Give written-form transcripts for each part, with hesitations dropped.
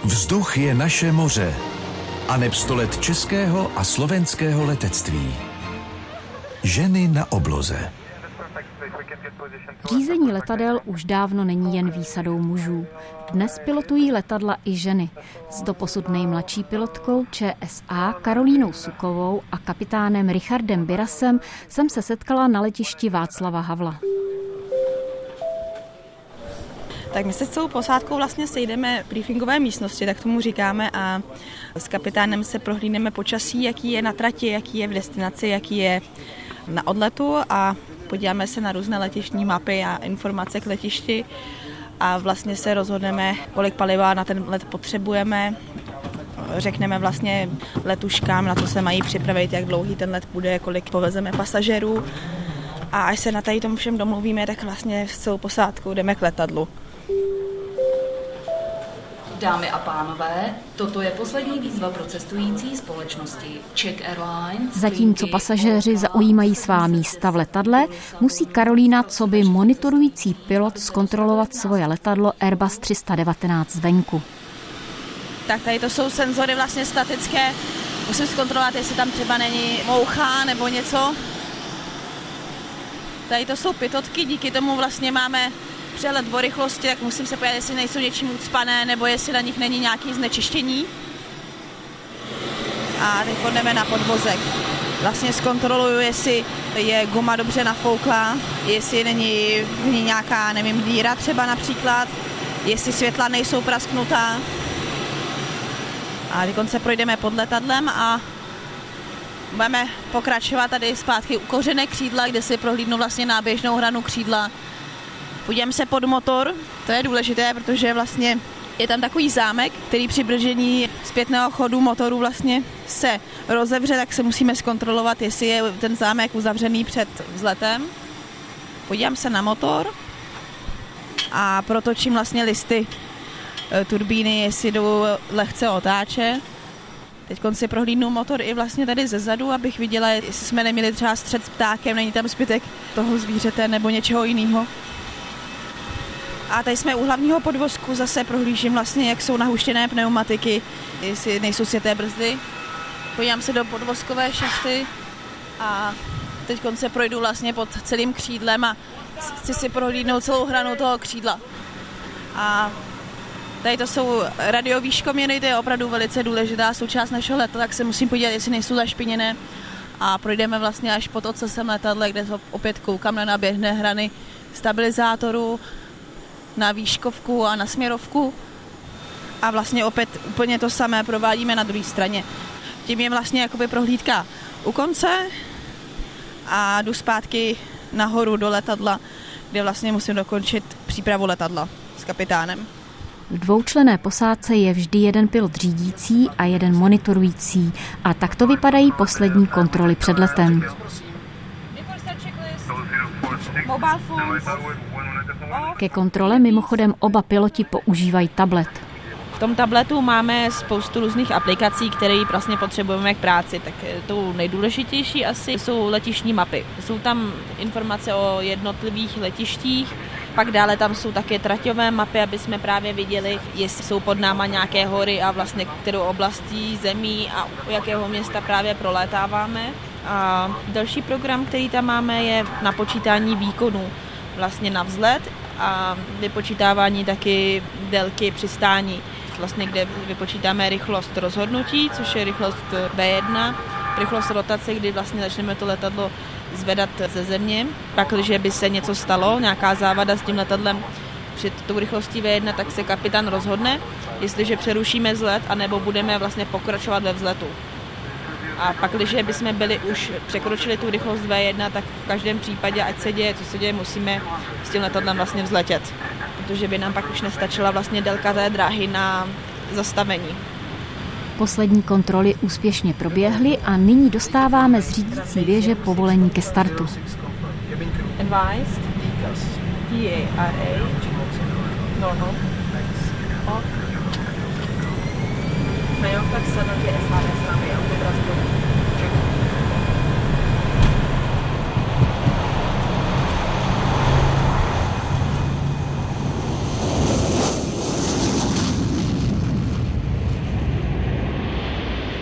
Vzduch je naše moře. Aneb 100 let českého a slovenského letectví. Ženy na obloze. Řízení letadel už dávno není jen výsadou mužů. Dnes pilotují letadla i ženy. S doposud nejmladší pilotkou ČSA Karolínou Sukovou a kapitánem Richardem Birasem jsem se setkala na letišti Václava Havla. Tak my se s celou posádkou vlastně sejdeme v briefingové místnosti, tak tomu říkáme, a s kapitánem se prohlídneme počasí, jaký je na trati, jaký je v destinaci, jaký je na odletu, a podíváme se na různé letištní mapy a informace k letišti a vlastně se rozhodneme, kolik paliva na ten let potřebujeme. Řekneme vlastně letuškám, na co se mají připravit, jak dlouhý ten let bude, kolik povezeme pasažerů, a až se na tady tom všem domluvíme, tak vlastně s celou posádkou jdeme k letadlu. Dámy a pánové, toto je poslední výzva pro cestující společnosti Czech Airlines. Zatímco pasažéři zaujímají svá místa v letadle, musí Karolína coby monitorující pilot zkontrolovat svoje letadlo Airbus 319 zvenku. Tak tady to jsou senzory vlastně statické. Musím zkontrolovat, jestli tam třeba není moucha nebo něco. Tady to jsou pitotky, díky tomu vlastně máme přehled o rychlosti, tak musím se podívat, jestli nejsou něčím ucpané, nebo jestli na nich není nějaké znečištění. A teď jdeme na podvozek. Vlastně zkontroluju, jestli je guma dobře nafouklá, jestli není v ní nějaká, nevím, díra třeba například, jestli světla nejsou prasknutá. A teď se projdeme pod letadlem a budeme pokračovat tady zpátky u kořené křídla, kde si prohlídnu vlastně náběžnou hranu křídla. Podívám se pod motor, to je důležité, protože vlastně je tam takový zámek, který při bržení zpětného chodu motoru vlastně se rozevře, tak se musíme zkontrolovat, jestli je ten zámek uzavřený před vzletem. Podívám se na motor a protočím vlastně listy turbíny, jestli jdou lehce otáče. Teď si prohlídnu motor i vlastně tady zezadu, abych viděla, jestli jsme neměli třeba střet s ptákem, není tam zbytek toho zvířete nebo něčeho jiného. A tady jsme u hlavního podvozku, zase prohlížím vlastně, jak jsou nahuštěné pneumatiky, jestli nejsou sjeté brzdy. Podívám se do podvozkové šachty a teď se projdu vlastně pod celým křídlem a chci si prohlídnout celou hranu toho křídla. A tady to jsou radiové škoměny, to je opravdu velice důležitá součást našeho leta, tak se musím podívat, jestli nejsou zašpiněné. A projdeme vlastně až pod ocasem letadle, kde opět koukám na náběžné hrany stabilizátoru, na výškovku a na směrovku. A vlastně opět úplně to samé provádíme na druhé straně. Tím je vlastně jakoby prohlídka u konce a jdu zpátky nahoru do letadla, kde vlastně musím dokončit přípravu letadla s kapitánem. V dvoučlenné posádce je vždy jeden pilot řídící a jeden monitorující a takto vypadají poslední kontroly před letem. Ke kontrole mimochodem oba piloti používají tablet. V tom tabletu máme spoustu různých aplikací, které vlastně potřebujeme k práci. Tak tou nejdůležitější asi jsou letištní mapy. Jsou tam informace o jednotlivých letištích, pak dále tam jsou také traťové mapy, aby jsme právě viděli, jestli jsou pod náma nějaké hory a vlastně kterou oblastí zemí a u jakého města právě prolétáváme. A další program, který tam máme, je na počítání výkonů vlastně na vzlet a vypočítávání taky délky přistání, vlastně kde vypočítáme rychlost rozhodnutí, což je rychlost V1, rychlost rotace, kdy vlastně začneme to letadlo zvedat ze země. Pak, když by se něco stalo, nějaká závada s tím letadlem před tou rychlostí V1, tak se kapitán rozhodne, jestliže přerušíme vzlet, anebo budeme vlastně pokračovat ve vzletu. A pak, když bychom už překročili tu rychlost V1, tak v každém případě, ať se děje, co se děje, musíme s tím letadlem vlastně vzletět. Protože by nám pak už nestačila vlastně délka té dráhy na zastavení. Poslední kontroly úspěšně proběhly a nyní dostáváme z řídící věže povolení ke startu. Advised, DARA, normal, off. Majorka 7 je SHD s námi, autobrazku.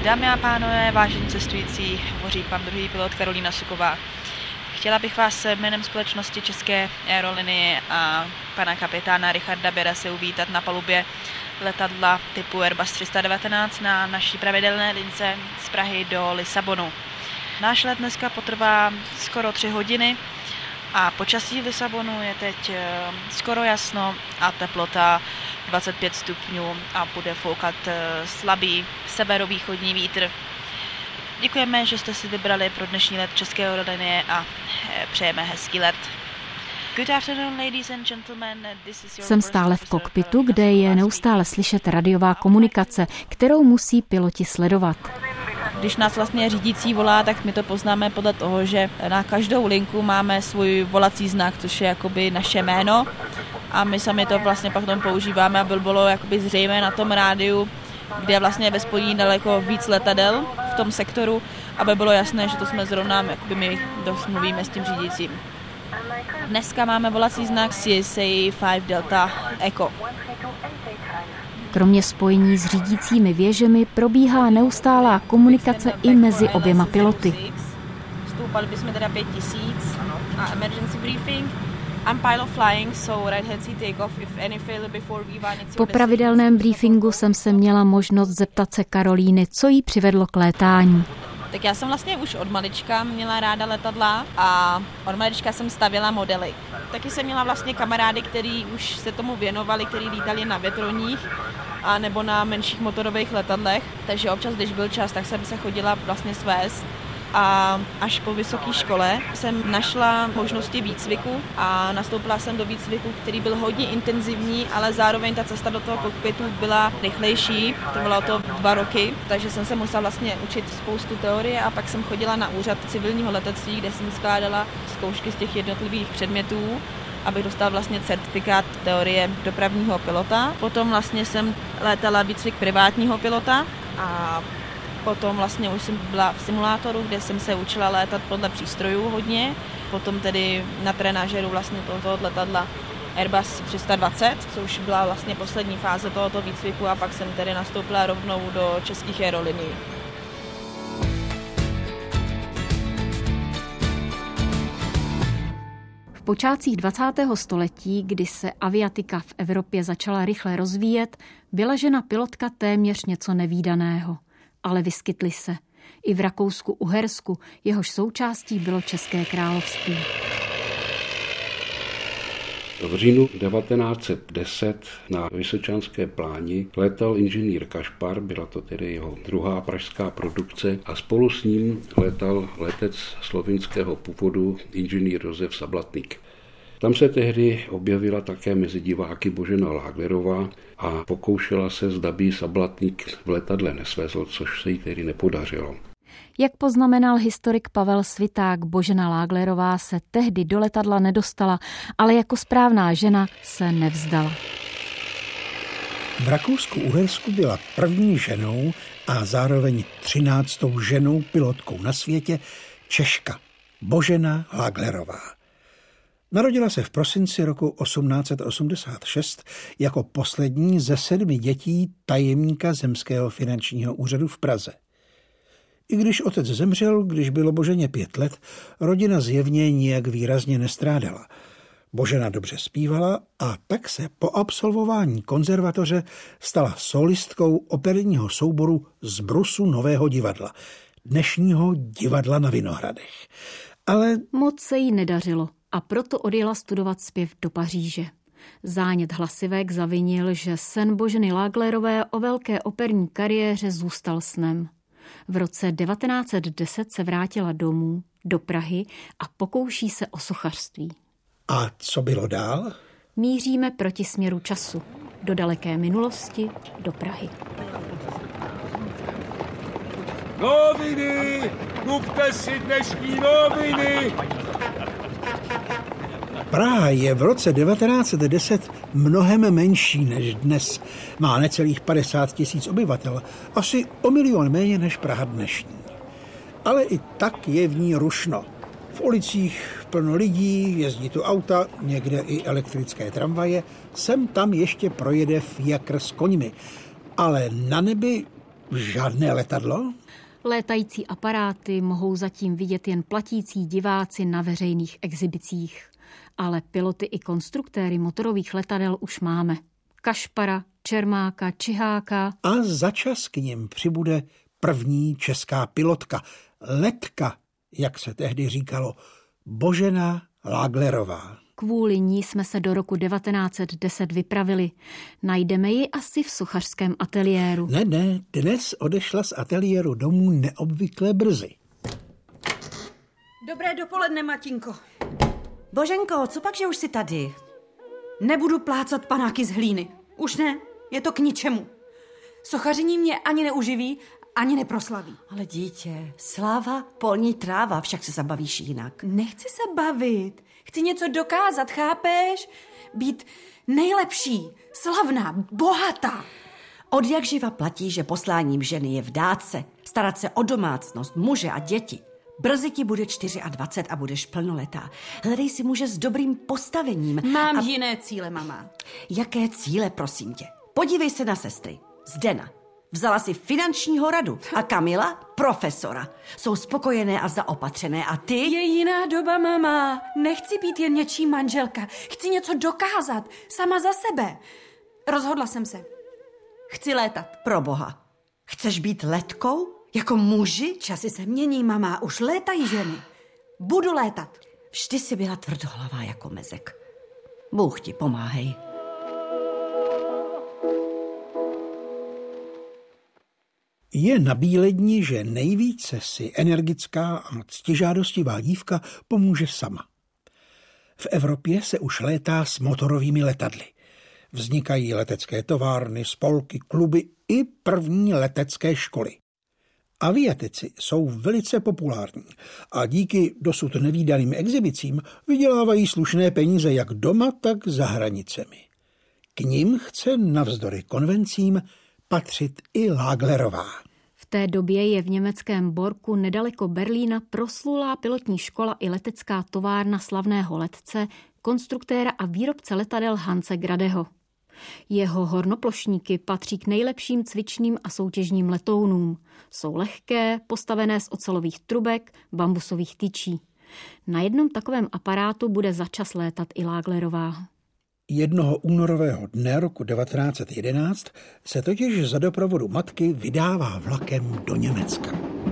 Dámy a pánové, vážení cestující, hovoří pan druhý pilot Karolína Suková. Chtěla bych vás jménem společnosti České aerolinie a pana kapitána Richarda Berase uvítat na palubě letadla typu Airbus 319 na naší pravidelné lince z Prahy do Lisabonu. Náš let dneska potrvá skoro 3 hodiny a počasí v Lisabonu je teď skoro jasno a teplota 25 stupňů a bude foukat slabý severovýchodní vítr. Děkujeme, že jste si vybrali pro dnešní let České aerolinie a přejeme hezký let. Good afternoon, ladies and gentlemen. Jsem stále v kokpitu, kde je neustále slyšet radiová komunikace, kterou musí piloti sledovat. Když nás vlastně řídící volá, tak my to poznáme podle toho, že na každou linku máme svůj volací znak, což je jakoby naše jméno. A my sami to vlastně pak tom používáme, aby bylo jakoby zřejmé na tom rádiu, kde je vlastně ve spojení daleko víc letadel v tom sektoru, aby bylo jasné, že to jsme zrovna jakoby my mluvíme s tím řídícím. Dneska máme volací znak CSA 5 Delta Echo. Kromě spojení s řídícími věžemi probíhá neustálá komunikace i mezi oběma piloty. Stoupali bychom teda 5000 a emergency briefing. I'm pilot flying, so right hand seat take off if any failure before we van. Po pravidelném briefingu jsem se měla možnost zeptat se Karolíny, co jí přivedlo k létání. Tak já jsem vlastně už od malička měla ráda letadla a od malička jsem stavěla modely. Taky jsem měla vlastně kamarády, kteří už se tomu věnovali, kteří lítali na větroních a nebo na menších motorových letadlech, takže občas, když byl čas, tak jsem se chodila vlastně svést. A až po vysoké škole jsem našla možnosti výcviku a nastoupila jsem do výcviku, který byl hodně intenzivní, ale zároveň ta cesta do toho kokpitu byla rychlejší, trvalo to 2 roky, takže jsem se musela vlastně učit spoustu teorie a pak jsem chodila na úřad civilního letectví, kde jsem skládala zkoušky z těch jednotlivých předmětů, abych dostala vlastně certifikát teorie dopravního pilota. Potom vlastně jsem létala výcvik privátního pilota a potom vlastně už jsem byla v simulátoru, kde jsem se učila létat podle přístrojů hodně. Potom tedy na trenažeru vlastně tohoto letadla Airbus 320, což byla vlastně poslední fáze tohoto výcviku a pak jsem tedy nastoupila rovnou do českých aerolinií. V počátcích 20. století, kdy se aviatika v Evropě začala rychle rozvíjet, byla žena pilotka téměř něco nevídaného. Ale vyskytly se. I v Rakousku-Uhersku, jehož součástí bylo České království. V říjnu 1910 na Vysočanské pláni létal inženýr Kašpar, byla to tedy jeho druhá pražská produkce a spolu s ním létal letec slovinského původu inženýr Josef Sablatník. Tam se tehdy objevila také mezi diváky Božena Láglerová a pokoušela se, zda by Sablatník v letadle nesvezl, což se jí tedy nepodařilo. Jak poznamenal historik Pavel Sviták, Božena Láglerová se tehdy do letadla nedostala, ale jako správná žena se nevzdala. V Rakousku-Uhersku byla první ženou a zároveň 13. ženou pilotkou na světě Češka Božena Láglerová. Narodila se v prosinci roku 1886 jako poslední ze 7 dětí tajemníka Zemského finančního úřadu v Praze. I když otec zemřel, když bylo Boženě 5 let, rodina zjevně nijak výrazně nestrádala. Božena dobře zpívala a tak se po absolvování konzervatoře stala solistkou operního souboru z brusu Nového divadla, dnešního Divadla na Vinohradech. Ale moc se jí nedařilo a proto odjela studovat zpěv do Paříže. Zánět hlasivek zavinil, že sen Boženy Láglerové o velké operní kariéře zůstal snem. V roce 1910 se vrátila domů, do Prahy a pokouší se o sochařství. A co bylo dál? Míříme proti směru času, do daleké minulosti, do Prahy. Noviny! Kupte si dnešní noviny! Praha je v roce 1910 mnohem menší než dnes. Má necelých 50 000 obyvatel, asi o 1 000 000 méně než Praha dnešní. Ale i tak je v ní rušno. V ulicích plno lidí, jezdí tu auta, někde i elektrické tramvaje, sem tam ještě projede fiakr s koňmi. Ale na nebi Žádné letadlo? Létající aparáty mohou zatím vidět jen platící diváci na veřejných exhibicích. Ale piloty i konstruktéry motorových letadel už máme. Kašpara, Čermáka, Čiháka. A začas k nim přibude první česká pilotka, letka, jak se tehdy říkalo, Božena Láglerová. Kvůli ní jsme se do roku 1910 vypravili. Najdeme ji asi v sochařském ateliéru. Ne, dnes odešla z ateliéru domů neobvykle brzy. Dobré dopoledne, Matinko. Boženko, co pak, že už jsi tady? Nebudu plácat panáky z hlíny. Už ne, je to k ničemu. Sochaření mě ani neuživí, ani neproslaví. Ale dítě, sláva, polní tráva, však se zabavíš jinak. Nechci se bavit, chci něco dokázat, chápeš? Být nejlepší, slavná, bohatá. Od jak živa platí, že posláním ženy je vdát se, starat se o domácnost, muže a děti. Brzy ti bude 24 a budeš plnoletá. Hledej si muže s dobrým postavením. Mám jiné cíle, mama. Jaké cíle, prosím tě? Podívej se na sestry. Zdena vzala si finančního radu a Kamila profesora. Jsou spokojené a zaopatřené a ty? Je jiná doba, mama. Nechci být jen něčí manželka. Chci něco dokázat. Sama za sebe. Rozhodla jsem se. Chci létat. Proboha. Chceš být letkou? Jako muži? Časy se mění, mama. Už létají ženy. Budu létat. Vždy jsi byla tvrdohlavá jako mezek. Bůh ti pomáhej. Je nabíledni, že nejvíce si energická a ctižádostivá dívka pomůže sama. V Evropě se už létá s motorovými letadly. Vznikají letecké továrny, spolky, kluby i první letecké školy. Aviatici jsou velice populární a díky dosud nevídaným exhibicím vydělávají slušné peníze jak doma, tak za hranicemi. K nim chce navzdory konvencím patřit i Láglerová. V té době je v německém Borku nedaleko Berlína proslulá pilotní škola i letecká továrna slavného letce, konstruktéra a výrobce letadel Hanse Gradeho. Jeho hornoplošníky patří k nejlepším cvičným a soutěžním letounům. Jsou lehké, postavené z ocelových trubek, bambusových tyčí. Na jednom takovém aparátu bude začas létat i Láglerová. Jednoho únorového dne roku 1911 se totiž za doprovodu matky vydává vlakem do Německa.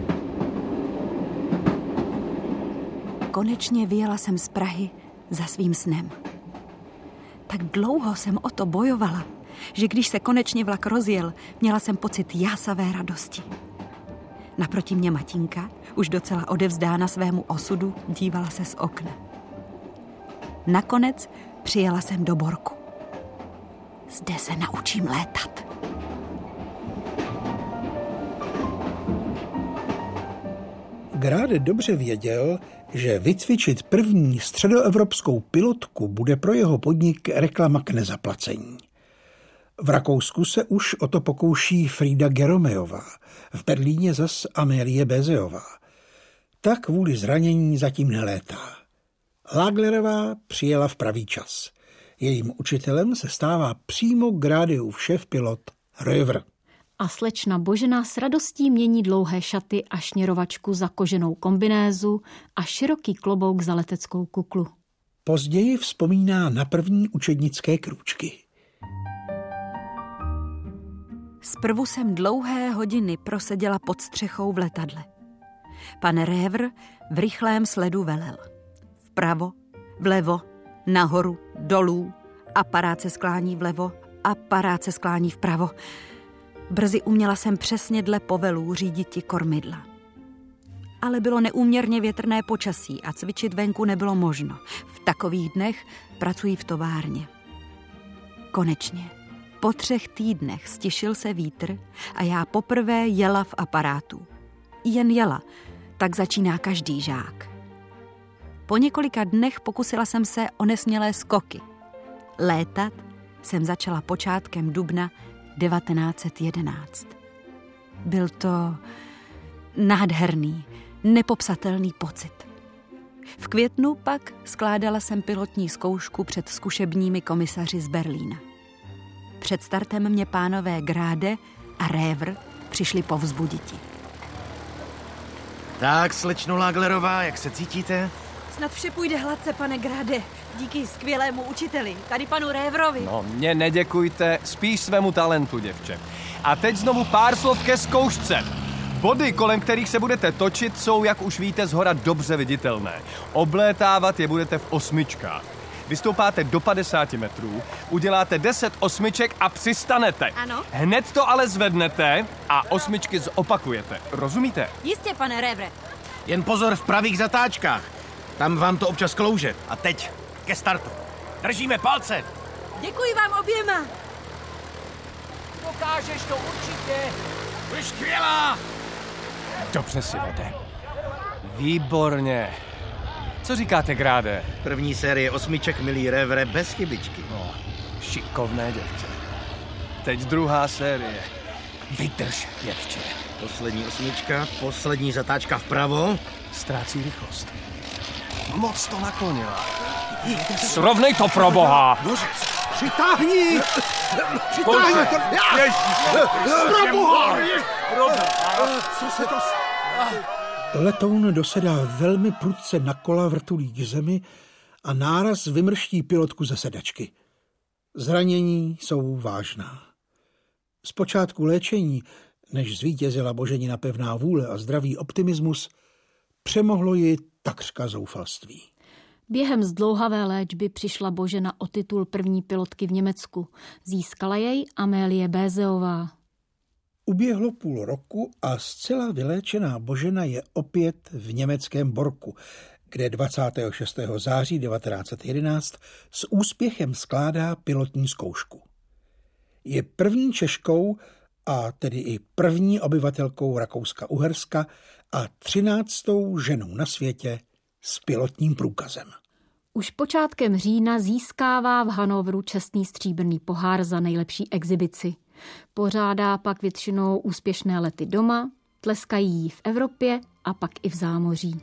Konečně vyjela jsem z Prahy za svým snem. Tak dlouho jsem o to bojovala, že když se konečně vlak rozjel, měla jsem pocit jásavé radosti. Naproti mě Matinka, už docela odevzdána svému osudu, dívala se z okna. Nakonec přijela jsem do Borku. Zde se naučím létat. Grade dobře věděl, že vycvičit první středoevropskou pilotku bude pro jeho podnik reklama k nezaplacení. V Rakousku se už o to pokouší Frida Geromejová, v Berlíně zas Amélie Bézeová. Ta kvůli zranění zatím nelétá. Láglerová přijela v pravý čas. Jejím učitelem se stává přímo Gradeův šéfpilot Röver. A slečna Božena s radostí mění dlouhé šaty a šněrovačku za koženou kombinézu a široký klobouk za leteckou kuklu. Později vzpomíná na první učednické krůčky. Zprvu jsem dlouhé hodiny proseděla pod střechou v letadle. Pan Röver v rychlém sledu velel. Vpravo, vlevo, nahoru, dolů, aparát se sklání vlevo, aparát se sklání vpravo. Brzy uměla jsem přesně dle povelů říditi kormidla. Ale bylo neúměrně větrné počasí a cvičit venku nebylo možno. V takových dnech pracuji v továrně. Konečně, po 3 týdnech stišil se vítr a já poprvé jela v aparátu. Jen jela, tak začíná každý žák. Po několika dnech pokusila jsem se o nesmělé skoky. Létat jsem začala počátkem dubna 1911. Byl to nádherný, nepopsatelný pocit. V květnu pak skládala jsem pilotní zkoušku před zkušebními komisaři z Berlína. Před startem mě pánové Grade a Röver přišli povzbuditi. Tak, slečno Láglerová, jak se cítíte? Snad vše půjde hladce, pane Grade. Díky skvělému učiteli, tady panu Révrovi. No, mě neděkujte, spíš svému talentu, děvče. A teď znovu pár slov ke zkoušce. Body, kolem kterých se budete točit, jsou, jak už víte, zhora dobře viditelné. Oblétávat je budete v osmičkách. Vystoupáte do 50 metrů, uděláte 10 osmiček a přistanete. Ano. Hned to ale zvednete a osmičky zopakujete. Rozumíte? Jistě, pane Révre. Jen pozor v pravých zatáčkách. Tam vám to občas klouže. A teď ke startu. Držíme palce. Děkuji vám oběma. Dokážeš to určitě. Jsi skvělá. Dobře si vede. Výborně. Co říkáte, Gráde? První série osmiček, milý Révre, bez chybičky. No, šikovné děvče. Teď druhá série. Vydrž, děvče. Poslední osmička, poslední zatáčka vpravo. Ztrácí rychlost. Moc to naklonila. Srovnej to, pro boha! Přitáhni! Přitáhni to! Pro boha! Co se to... Letoun dosedá velmi prudce na kola vrtulí k zemi a náraz vymrští pilotku ze sedačky. Zranění jsou vážná. Zpočátku léčení, než zvítězila Boženina pevná vůle a zdravý optimismus, přemohlo ji takřka zoufalství. Během zdlouhavé léčby přišla Božena o titul první pilotky v Německu. Získala jej Amélie Bézeová. Uběhlo půl roku a zcela vyléčená Božena je opět v německém Borku, kde 26. září 1911 s úspěchem skládá pilotní zkoušku. Je první Češkou, a tedy i první obyvatelkou Rakouska-Uherska a 13. ženou na světě s pilotním průkazem. Už počátkem října získává v Hannoveru čestný stříbrný pohár za nejlepší exibici. Pořádá pak většinou úspěšné lety doma, tleskají jí v Evropě a pak i v zámoří.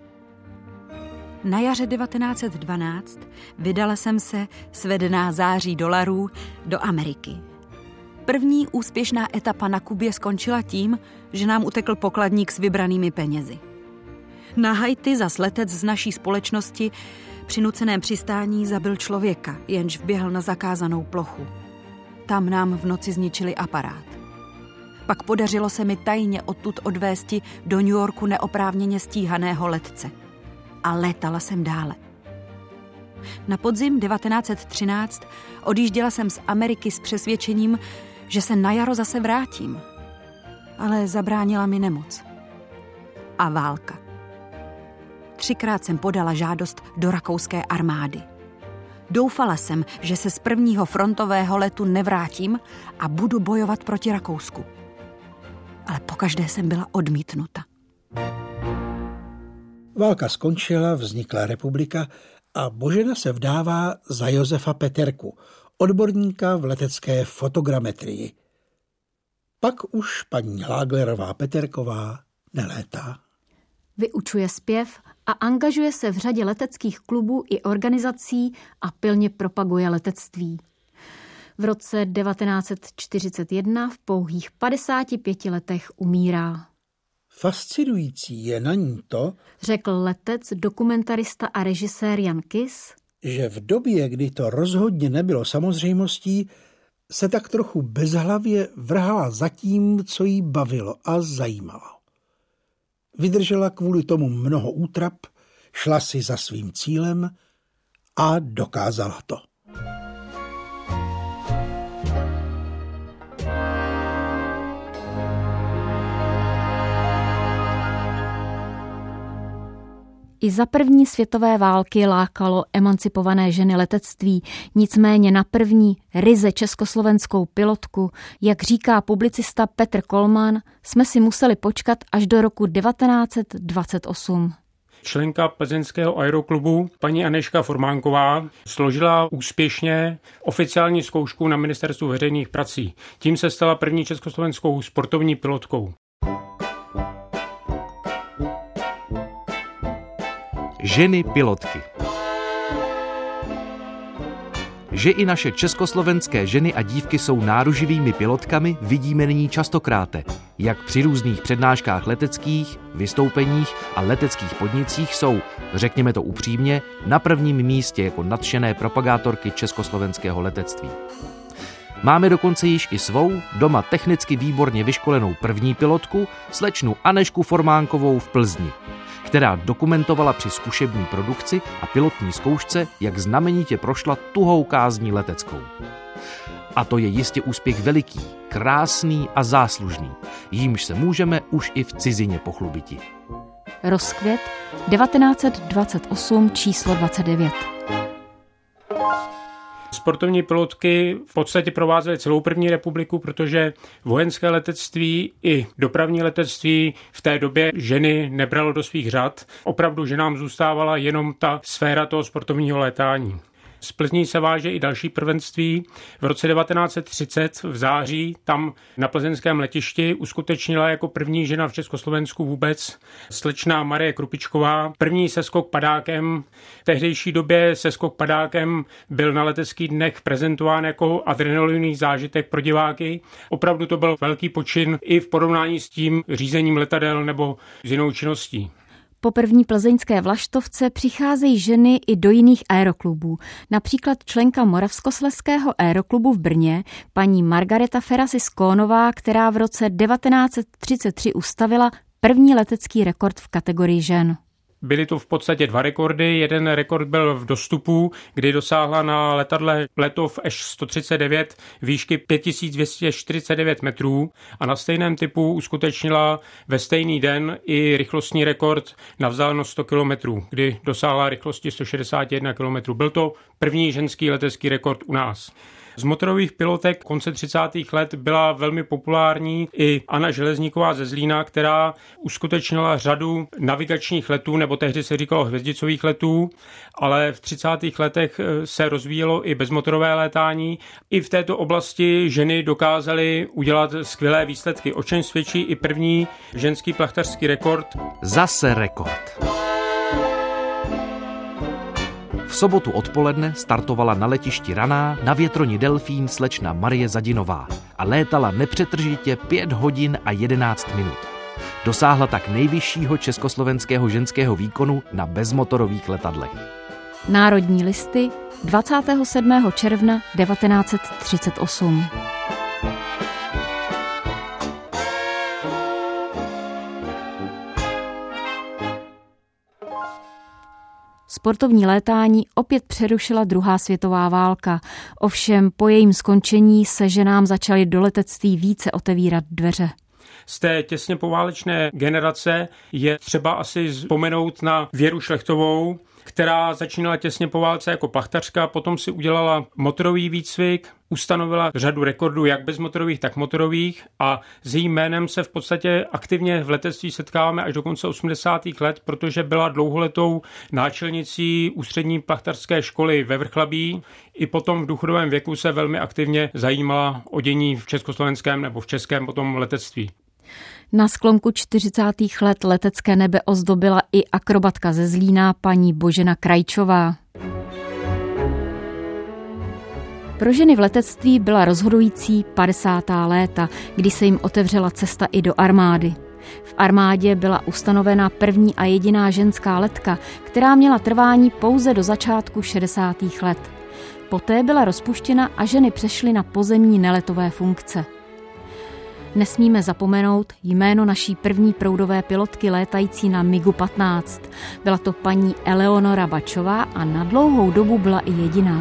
Na jaře 1912 vydala jsem se, svedená září dolarů, do Ameriky. První úspěšná etapa na Kubě skončila tím, že nám utekl pokladník s vybranými penězi. Na Haiti zas letec z naší společnosti při nuceném přistání zabil člověka, jenž vběhl na zakázanou plochu. Tam nám v noci zničili aparát. Pak podařilo se mi tajně odtud odvésti do New Yorku neoprávněně stíhaného letce. A létala jsem dále. Na podzim 1913 odjížděla jsem z Ameriky s přesvědčením, že se na jaro zase vrátím. Ale zabránila mi nemoc. A válka. 3krát jsem podala žádost do rakouské armády. Doufala jsem, že se z prvního frontového letu nevrátím a budu bojovat proti Rakousku. Ale pokaždé jsem byla odmítnuta. Válka skončila, vznikla republika a Božena se vdává za Josefa Peterku, odborníka v letecké fotogrametrii. Pak už paní Láglerová Peterková nelétá. Vyučuje zpěv a angažuje se v řadě leteckých klubů i organizací a pilně propaguje letectví. V roce 1941 v pouhých 55 letech umírá. Fascinující je na ní to, řekl letec, dokumentarista a režisér Jan Kis, že v době, kdy to rozhodně nebylo samozřejmostí, se tak trochu bezhlavě vrhala za tím, co jí bavilo a zajímalo. Vydržela kvůli tomu mnoho útrap, šla si za svým cílem a dokázala to. I za první světové války lákalo emancipované ženy letectví, nicméně na první ryze československou pilotku, jak říká publicista Petr Kolman, jsme si museli počkat až do roku 1928. Členka plzeňského aeroklubu paní Anežka Formánková složila úspěšně oficiální zkoušku na Ministerstvu veřejných prací. Tím se stala první československou sportovní pilotkou. Ženy pilotky. Že i naše československé ženy a dívky jsou náruživými pilotkami, vidíme nyní častokráte, jak při různých přednáškách leteckých, vystoupeních a leteckých podnicích jsou, řekněme to upřímně, na prvním místě jako nadšené propagátorky československého letectví. Máme dokonce již i svou, doma technicky výborně vyškolenou první pilotku, slečnu Anešku Formánkovou v Plzni, která dokumentovala při zkušební produkci a pilotní zkoušce, jak znamenitě prošla tuhou kázní leteckou. A to je jistě úspěch veliký, krásný a záslužný, jímž se můžeme už i v cizině pochlubiti. Rozkvět 1928 číslo 29. Sportovní pilotky v podstatě provázely celou první republiku, protože vojenské letectví i dopravní letectví v té době ženy nebralo do svých řad. Opravdu ženám zůstávala jenom ta sféra toho sportovního létání. Z Plzní se váže i další prvenství. V roce 1930 v září tam na plzeňském letišti uskutečnila jako první žena v Československu vůbec slečna Marie Krupičková první seskok padákem. V tehdejší době seskok padákem byl na leteckých dnech prezentován jako adrenalinový zážitek pro diváky. Opravdu to byl velký počin i v porovnání s tím řízením letadel nebo s jinou činností. Po první plzeňské vlaštovce přicházejí ženy i do jiných aeroklubů. Například členka Moravskoslezského aeroklubu v Brně, paní Margareta Ferasi-Skónová, která v roce 1933 ustavila první letecký rekord v kategorii žen. Byly to v podstatě dva rekordy. Jeden rekord byl v dostupu, kdy dosáhla na letadle Letov Š-139 výšky 5249 metrů a na stejném typu uskutečnila ve stejný den i rychlostní rekord na vzdálenost 100 km, kdy dosáhla rychlosti 161 km. Byl to první ženský letecký rekord u nás. Z motorových pilotek konce 30. let byla velmi populární i Anna Železníková ze Zlína, která uskutečnila řadu navigačních letů, nebo tehdy se říkalo hvězdicových letů, ale v 30. letech se rozvíjelo i bezmotorové létání. I v této oblasti ženy dokázaly udělat skvělé výsledky, o čem svědčí i první ženský plachtařský rekord. Zase rekord. V sobotu odpoledne startovala na letišti Raná na větroni Delfín slečna Marie Zadinová a létala nepřetržitě 5 hodin a 11 minut. Dosáhla tak nejvyššího československého ženského výkonu na bezmotorových letadlech. Národní listy 27. června 1938. Sportovní létání opět přerušila druhá světová válka. Ovšem po jejím skončení se ženám začaly do letectví více otevírat dveře. Z té těsně poválečné generace je třeba asi vzpomenout na Věru Šlechtovou, která začínala těsně po válce jako plachtařka, potom si udělala motorový výcvik, ustanovila řadu rekordů jak bezmotorových, tak motorových a s jejím jménem se v podstatě aktivně v letectví setkáváme až do konce 80. let, protože byla dlouholetou náčelnicí ústřední plachtařské školy ve Vrchlabí. I potom v důchodovém věku se velmi aktivně zajímala o dění v československém nebo v českém potom letectví. Na sklonku 40. let letecké nebe ozdobila i akrobatka ze Zlína paní Božena Krajčová. Pro ženy v letectví byla rozhodující 50. léta, kdy se jim otevřela cesta i do armády. V armádě byla ustanovena první a jediná ženská letka, která měla trvání pouze do začátku 60. let. Poté byla rozpuštěna a ženy přešly na pozemní neletové funkce. Nesmíme zapomenout jméno naší první proudové pilotky létající na MiGu 15. Byla to paní Eleonora Bačová a na dlouhou dobu byla i jediná.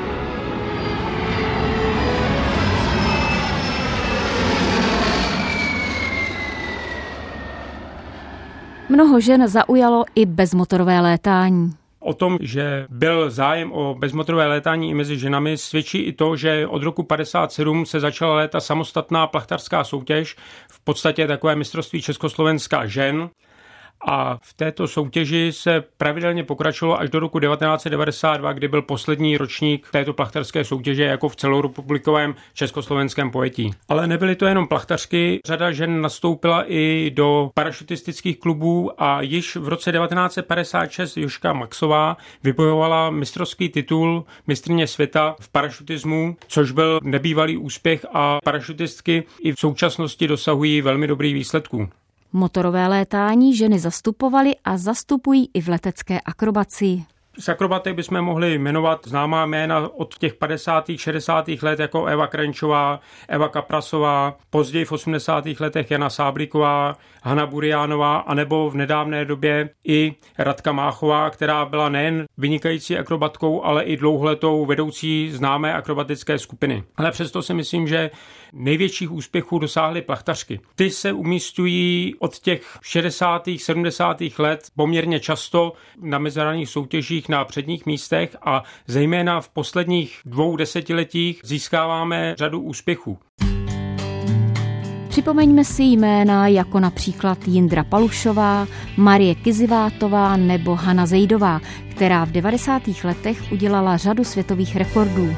Mnoho žen zaujalo i bezmotorové létání. O tom, že byl zájem o bezmotorové létání i mezi ženami, svědčí i to, že od roku 1957 se začala létat samostatná plachtařská soutěž, v podstatě takové mistrovství Československa žen. A v této soutěži se pravidelně pokračovalo až do roku 1992, kdy byl poslední ročník této plachtařské soutěže jako v celorepublikovém československém pojetí. Ale nebyly to jenom plachtařky, řada žen nastoupila i do parašutistických klubů a již v roce 1956 Jožka Maxová vybojovala mistrovský titul mistryně světa v parašutismu, což byl nebývalý úspěch a parašutistky i v současnosti dosahují velmi dobrých výsledků. Motorové létání ženy zastupovaly a zastupují i v letecké akrobacii. Z akrobatek bychom mohli jmenovat známá jména od těch 50. 60. let jako Eva Krenčová, Eva Kaprasová, později v 80. letech Jana Sáblíková, Hana Buriánová, anebo v nedávné době i Radka Máchová, která byla nejen vynikající akrobatkou, ale i dlouholetou vedoucí známé akrobatické skupiny. Ale přesto si myslím, že největších úspěchů dosáhly plachtařky. Ty se umístují od těch 60. 70. let poměrně často na mezinárodních soutěžích na předních místech a zejména v posledních 2 desetiletích získáváme řadu úspěchů. Připomeňme si jména jako například Jindra Palušová, Marie Kizivátová nebo Hana Zejdová, která v 90. letech udělala řadu světových rekordů.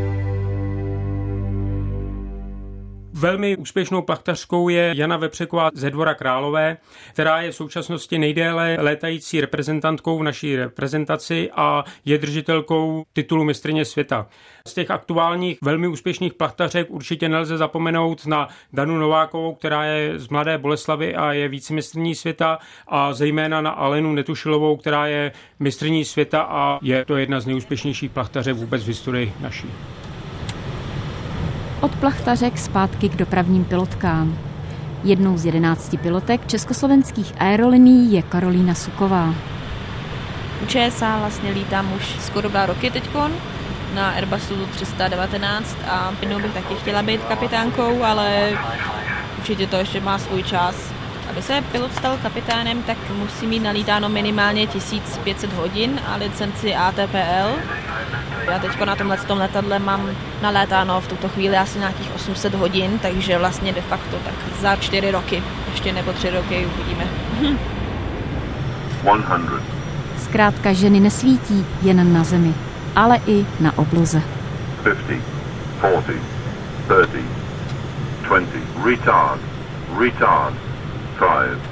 Velmi úspěšnou plachtařkou je Jana Vepřeková ze Dvora Králové, která je v současnosti nejdéle létající reprezentantkou v naší reprezentaci a je držitelkou titulu mistryně světa. Z těch aktuálních velmi úspěšných plachtařek určitě nelze zapomenout na Danu Novákovou, která je z Mladé Boleslavi a je vícemistryní světa, a zejména na Alenu Netušilovou, která je mistryní světa a je to jedna z nejúspěšnějších plachtařek vůbec v historii naší. Od plachtařek zpátky k dopravním pilotkám. Jednou z 11 pilotek československých aerolinií je Karolína Suková. U ČSA vlastně lítám už skoro 2 roky teďkon na Airbusu 319 a jednou bych taky chtěla být kapitánkou, ale určitě to ještě má svůj čas. Aby se pilot stal kapitánem, tak musí mít nalítáno minimálně 1500 hodin a licenci ATPL. Já teďko na tomhletom letadle mám nalétáno v tuto chvíli asi nějakých 800 hodin, takže vlastně de facto tak za 4 roky, ještě nebo 3 roky uvidíme. 100. Zkrátka ženy nesvítí jen na zemi, ale i na obloze. 50, 40, 30, 20, retard, 5,